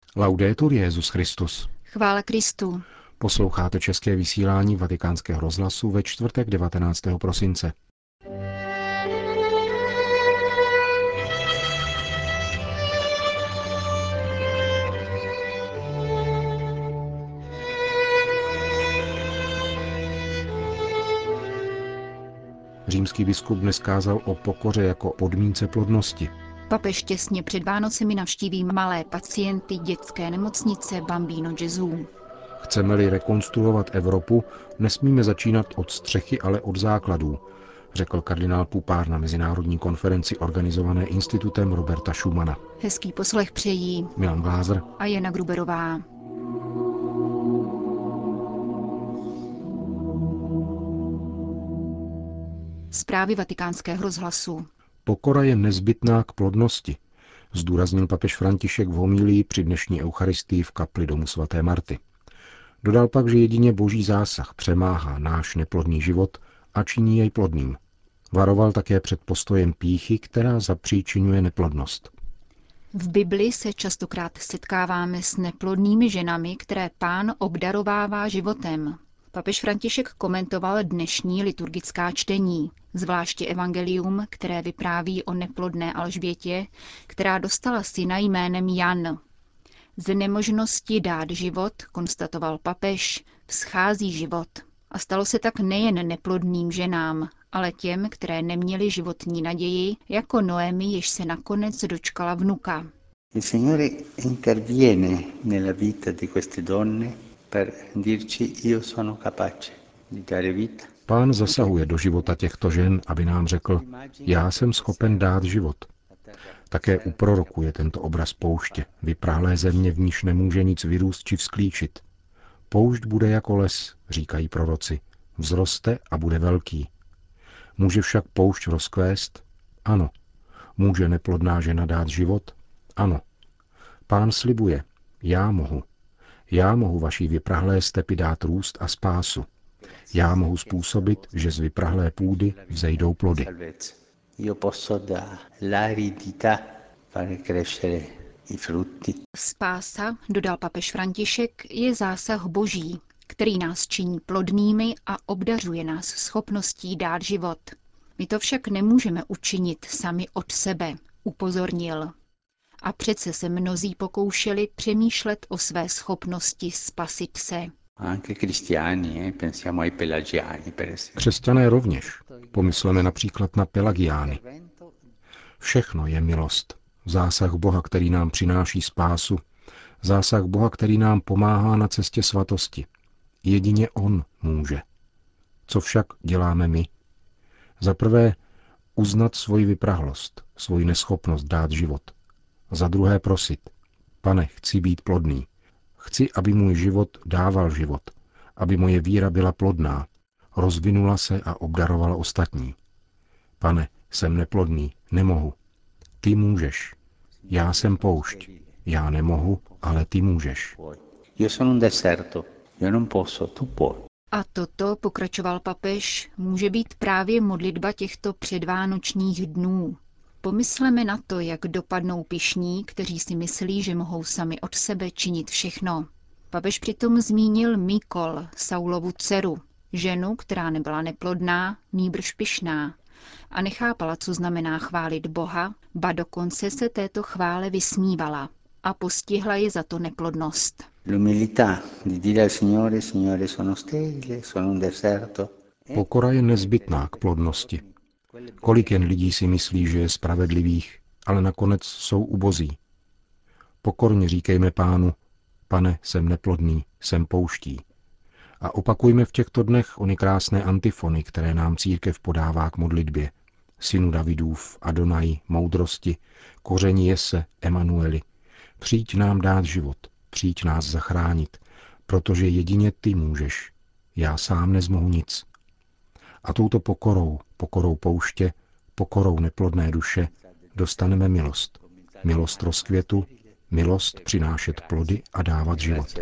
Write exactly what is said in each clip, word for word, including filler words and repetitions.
Laudetur Jesus Christus. Chvála Kristu. Posloucháte české vysílání Vatikánského rozhlasu ve čtvrtek devatenáctého prosince. Římský biskup dnes kázal o pokoře jako podmínce plodnosti. Papež těsně před Vánocemi navštíví malé pacienty dětské nemocnice Bambino Gesù. Chceme-li rekonstruovat Evropu, nesmíme začínat od střechy, ale od základů, řekl kardinál Pupár na mezinárodní konferenci organizované institutem Roberta Schumana. Hezký poslech přejí Milan Glázer a Jana Gruberová. Zprávy Vatikánského rozhlasu. Pokora je nezbytná k plodnosti, zdůraznil papež František v homílii při dnešní eucharistii v kapli domu svaté Marty. Dodal pak, že jedině boží zásah přemáhá náš neplodný život a činí jej plodným. Varoval také před postojem pýchy, která zapříčinuje neplodnost. V Bibli se častokrát setkáváme s neplodnými ženami, které Pán obdarovává životem. Papež František komentoval dnešní liturgická čtení, zvláště evangelium, které vypráví o neplodné Alžbětě, která dostala syna jménem Jan. Z nemožnosti dát život, konstatoval papež, vzchází život. A stalo se tak nejen neplodným ženám, ale těm, které neměly životní naději, jako Noemi, jež se nakonec dočkala vnuka. Il Signore interviene nella vita di queste donne per dirci io sono capace di dare vita. Pán zasahuje do života těchto žen, aby nám řekl, já jsem schopen dát život. Také u proroku je tento obraz pouště, vyprahlé země, v níž nemůže nic vyrůst či vzklíčit. Poušť bude jako les, říkají proroci, vzroste a bude velký. Může však poušť rozkvést? Ano. Může neplodná žena dát život? Ano. Pán slibuje, já mohu. Já mohu vaší vyprahlé stepy dát růst a spásu. Já mohu způsobit, že z vyprahlé půdy vzejdou plody. Spása, dodal papež František, je zásah boží, který nás činí plodnými a obdařuje nás schopností dát život. My to však nemůžeme učinit sami od sebe, upozornil. A přece se mnozí pokoušeli přemýšlet o své schopnosti spasit se. Křesťané rovněž. Pomysleme například na Pelagiány. Všechno je milost. Zásah Boha, který nám přináší spásu. Zásah Boha, který nám pomáhá na cestě svatosti. Jedině On může. Co však děláme my? Za prvé, uznat svoji vyprahlost, svoji neschopnost dát život. Za druhé prosit. Pane, chci být plodný. Chci, aby můj život dával život. Aby moje víra byla plodná. Rozvinula se a obdarovala ostatní. Pane, jsem neplodný, nemohu. Ty můžeš. Já jsem poušť. Já nemohu, ale ty můžeš. A toto, pokračoval papež, může být právě modlitba těchto předvánočních dnů. Pomysleme na to, jak dopadnou pyšní, kteří si myslí, že mohou sami od sebe činit všechno. Papež přitom zmínil Mikol, Saulovu dceru, ženu, která nebyla neplodná, nýbrž pyšná, a nechápala, co znamená chválit Boha, ba dokonce se této chvále vysmívala a postihla ji za to neplodnost. Pokora je nezbytná k plodnosti. Kolik jen lidí si myslí, že je spravedlivých, ale nakonec jsou ubozí. Pokorně říkejme Pánu, Pane, jsem neplodný, jsem pouští. A opakujme v těchto dnech ony krásné antifony, které nám církev podává k modlitbě. Synu Davidův, Adonaj, moudrosti, koření Jese, Emanueli. Přijď nám dát život, přijď nás zachránit, protože jedině ty můžeš. Já sám nezmohu nic. A touto pokorou, pokorou pouště, pokorou neplodné duše, dostaneme milost. Milost rozkvětu, milost přinášet plody a dávat život.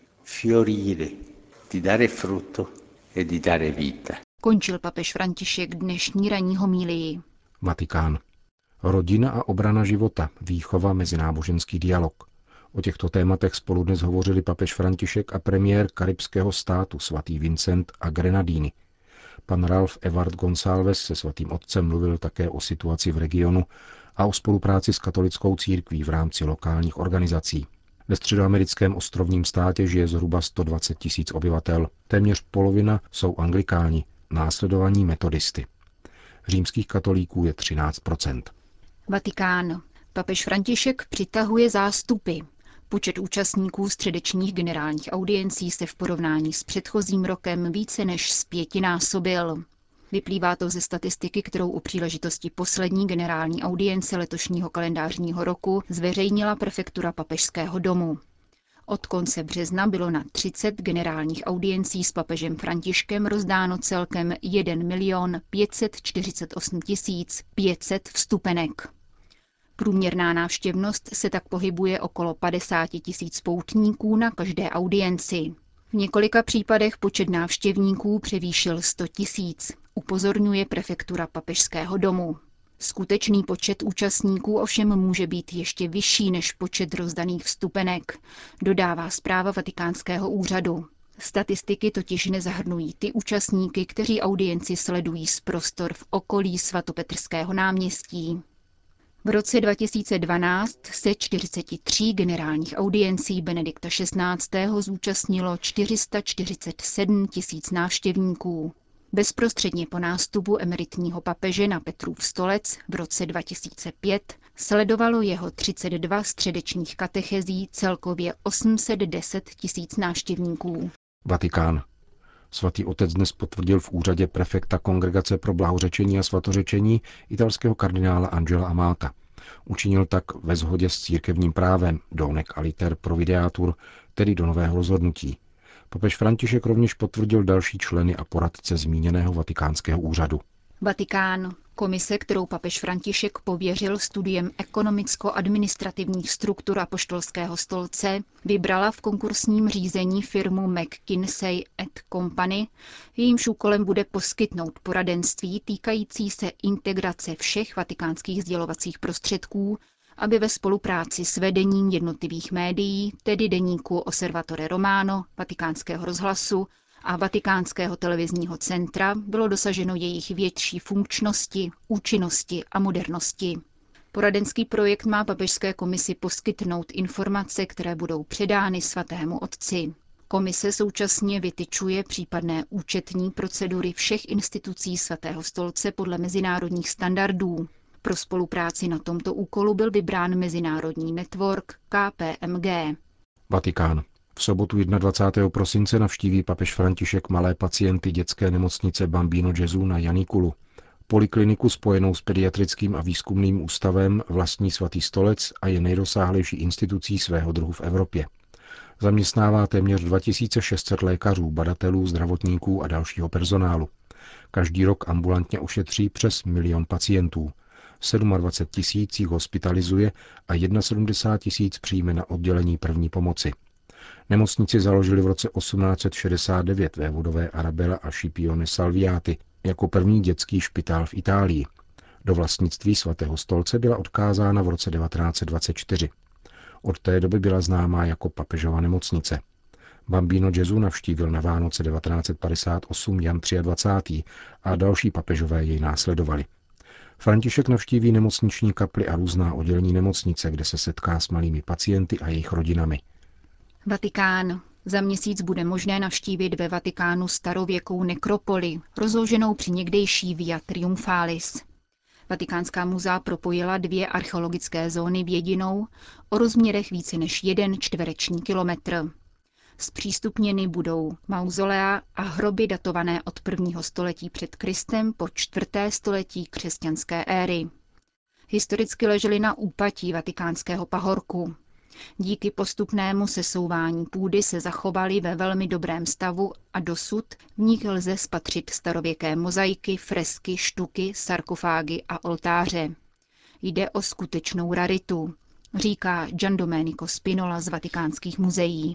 Končil papež František dnešní ranní homílii. Vatikán. Rodina a obrana života, výchova, mezináboženský dialog. O těchto tématech spolu dnes hovořili papež František a premiér karibského státu svatý Vincent a Grenadíny. Pan Ralph Evard Gonçalves se svatým otcem mluvil také o situaci v regionu a o spolupráci s katolickou církví v rámci lokálních organizací. Ve středoamerickém ostrovním státě žije zhruba sto dvacet tisíc obyvatel. Téměř polovina jsou anglikáni, následovaní metodisty. Římských katolíků je třináct procent. Vatikán. Papež František přitahuje zástupy. Počet účastníků středečních generálních audiencí se v porovnání s předchozím rokem více než zpětinásobil. Vyplývá to ze statistiky, kterou u příležitosti poslední generální audience letošního kalendářního roku zveřejnila prefektura Papežského domu. Od konce března bylo na třicet generálních audiencí s papežem Františkem rozdáno celkem jedna milion pět set čtyřicet osm tisíc pět set vstupenek. Průměrná návštěvnost se tak pohybuje okolo padesát tisíc poutníků na každé audienci. V několika případech počet návštěvníků převýšil sto tisíc, upozorňuje prefektura Papežského domu. Skutečný počet účastníků ovšem může být ještě vyšší než počet rozdaných vstupenek, dodává zpráva Vatikánského úřadu. Statistiky totiž nezahrnují ty účastníky, kteří audienci sledují z prostor v okolí svatopetrského náměstí. V roce dva tisíce dvanáct se čtyřicet tři generálních audiencí Benedikta šestnáctého zúčastnilo čtyři sta čtyřicet sedm tisíc návštěvníků. Bezprostředně po nástupu emeritního papeže na Petrův stolec v roce dva tisíce pět sledovalo jeho třicet dva středečních katechezí celkově osm set deset tisíc návštěvníků. Vatikán. Svatý otec dnes potvrdil v úřadě prefekta Kongregace pro blahořečení a svatořečení italského kardinála Angela Amata. Učinil tak ve shodě s církevním právem Donec aliter provideatur, tedy do nového rozhodnutí. Papež František rovněž potvrdil další členy a poradce zmíněného vatikánského úřadu. Vatikán. Komise, kterou papež František pověřil studiem ekonomicko-administrativních struktur apoštolského stolce, vybrala v konkursním řízení firmu McKinsey and Company, jejímž úkolem bude poskytnout poradenství týkající se integrace všech vatikánských sdělovacích prostředků, aby ve spolupráci s vedením jednotlivých médií, tedy deníku Osservatore Romano, Vatikánského rozhlasu a Vatikánského televizního centra, bylo dosaženo jejich větší funkčnosti, účinnosti a modernosti. Poradenský projekt má papežské komisi poskytnout informace, které budou předány svatému otci. Komise současně vytyčuje případné účetní procedury všech institucí svatého stolce podle mezinárodních standardů. Pro spolupráci na tomto úkolu byl vybrán mezinárodní network K P M G. Vatikán. V sobotu dvacátého prvního prosince navštíví papež František malé pacienty dětské nemocnice Bambino Gesù na Janikulu. Polikliniku spojenou s pediatrickým a výzkumným ústavem vlastní svatý stolec a je nejrozsáhlejší institucí svého druhu v Evropě. Zaměstnává téměř dva tisíce šest set lékařů, badatelů, zdravotníků a dalšího personálu. Každý rok ambulantně ošetří přes milion pacientů. dvacet sedm tisíc jich hospitalizuje a sedmdesát jedna tisíc přijme na oddělení první pomoci. Nemocnici založili v roce osmnáct set šedesát devět vévodové Arabella a Scipione Salviati jako první dětský špitál v Itálii. Do vlastnictví svatého stolce byla odkázána v roce devatenáct set dvacet čtyři. Od té doby byla známá jako papežova nemocnice. Bambino Gesù navštívil na Vánoce devatenáct set padesát osm Jan dvacátý třetí a další papežové jej následovali. František navštíví nemocniční kapli a různá oddělení nemocnice, kde se setká s malými pacienty a jejich rodinami. Vatikán. Za měsíc bude možné navštívit ve Vatikánu starověkou nekropoli, rozloženou při někdejší Via Triumphalis. Vatikánská muzea propojila dvě archeologické zóny v jedinou o rozměrech více než jeden čtvereční kilometr. Zpřístupněny budou mauzolea a hroby datované od prvního století před Kristem po čtvrté století křesťanské éry. Historicky ležely na úpatí vatikánského pahorku. Díky postupnému sesouvání půdy se zachovaly ve velmi dobrém stavu a dosud v nich lze spatřit starověké mozaiky, fresky, štuky, sarkofágy a oltáře. Jde o skutečnou raritu, říká Giandomenico Spinola z vatikánských muzeí.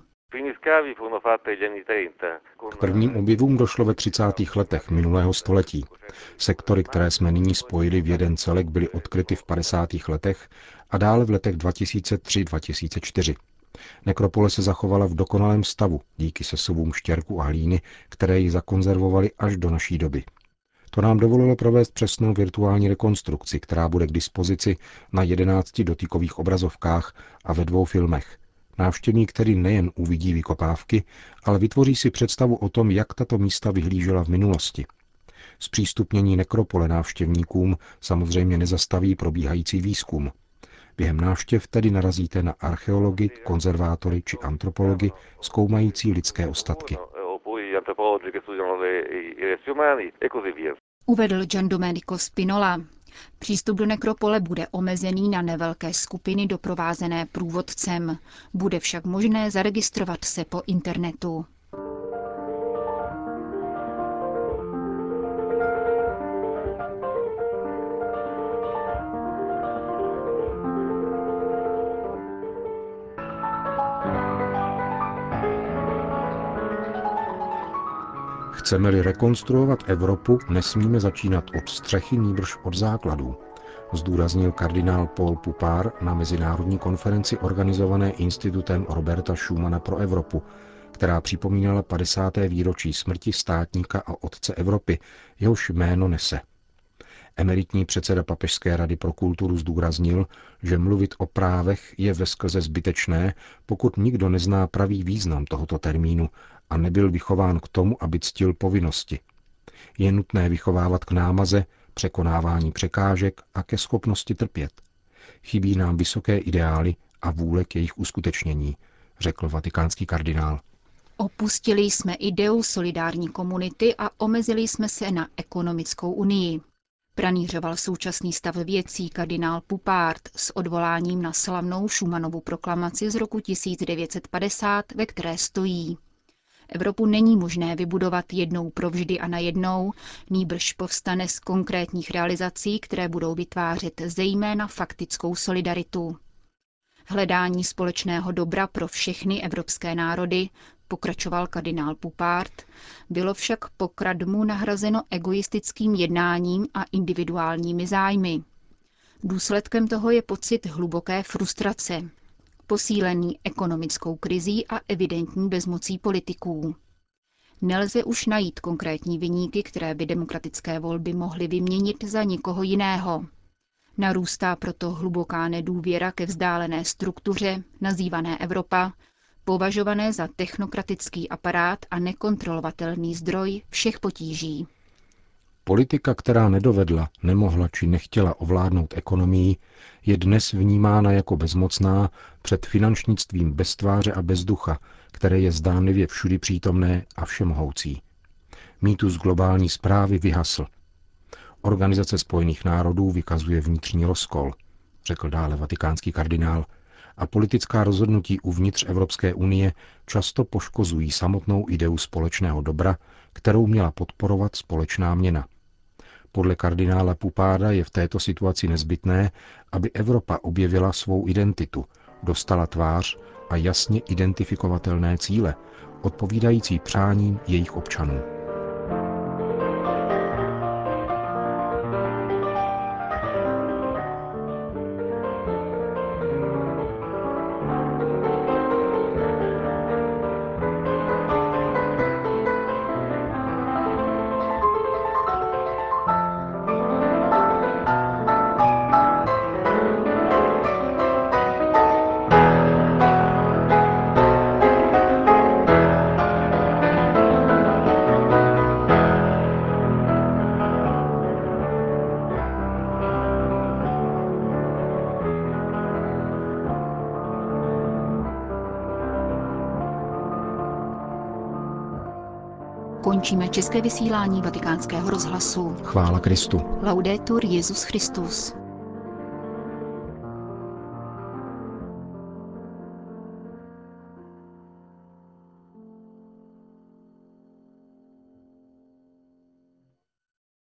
K prvním objevům došlo ve třicátých letech minulého století. Sektory, které jsme nyní spojili v jeden celek, byly odkryty v padesátých letech a dále v letech dva tisíce tři až dva tisíce čtyři. Nekropole se zachovala v dokonalém stavu díky sesuvům štěrku a hlíny, které ji zakonzervovaly až do naší doby. To nám dovolilo provést přesnou virtuální rekonstrukci, která bude k dispozici na jedenácti dotykových obrazovkách a ve dvou filmech. Návštěvník tedy nejen uvidí vykopávky, ale vytvoří si představu o tom, jak tato místa vyhlížela v minulosti. Zpřístupnění nekropole návštěvníkům samozřejmě nezastaví probíhající výzkum. Během návštěv tedy narazíte na archeology, konzervátory či antropology zkoumající lidské ostatky. Uvedl Giandomenico Spinola. Přístup do nekropole bude omezený na nevelké skupiny doprovázené průvodcem. Bude však možné zaregistrovat se po internetu. Chceme-li rekonstruovat Evropu, nesmíme začínat od střechy, nýbrž od základů, zdůraznil kardinál Paul Poupart na mezinárodní konferenci organizované Institutem Roberta Schumana pro Evropu, která připomínala padesáté výročí smrti státníka a otce Evropy, jehož jméno nese. Emeritní předseda Papežské rady pro kulturu zdůraznil, že mluvit o právech je veskrze zbytečné, pokud nikdo nezná pravý význam tohoto termínu a nebyl vychován k tomu, aby ctil povinnosti. Je nutné vychovávat k námaze, překonávání překážek a ke schopnosti trpět. Chybí nám vysoké ideály a vůle k jejich uskutečnění, řekl vatikánský kardinál. Opustili jsme ideu solidární komunity a omezili jsme se na ekonomickou unii. Pranířoval současný stav věcí kardinál Poupart s odvoláním na slavnou Schumanovu proklamaci z roku tisíc devět set padesát, ve které stojí: Evropu není možné vybudovat jednou provždy a najednou, nýbrž povstane z konkrétních realizací, které budou vytvářet zejména faktickou solidaritu. Hledání společného dobra pro všechny evropské národy, pokračoval kardinál Poupart, bylo však po Kradmu nahrazeno egoistickým jednáním a individuálními zájmy. Důsledkem toho je pocit hluboké frustrace, posílený ekonomickou krizí a evidentní bezmocí politiků. Nelze už najít konkrétní viníky, které by demokratické volby mohly vyměnit za nikoho jiného. Narůstá proto hluboká nedůvěra ke vzdálené struktuře, nazývané Evropa, považované za technokratický aparát a nekontrolovatelný zdroj všech potíží. Politika, která nedovedla, nemohla či nechtěla ovládnout ekonomii, je dnes vnímána jako bezmocná před finančnictvím bez tváře a bez ducha, které je zdánlivě všudy přítomné a všemohoucí. Mýtus globální správy vyhasl. Organizace spojených národů vykazuje vnitřní rozkol, řekl dále vatikánský kardinál, a politická rozhodnutí uvnitř Evropské unie často poškozují samotnou ideu společného dobra, kterou měla podporovat společná měna. Podle kardinála Pouparta je v této situaci nezbytné, aby Evropa objevila svou identitu, dostala tvář a jasně identifikovatelné cíle, odpovídající přáním jejich občanů. Končíme české vysílání Vatikánského rozhlasu. Chvála Kristu. Laudetur Jesus Christus.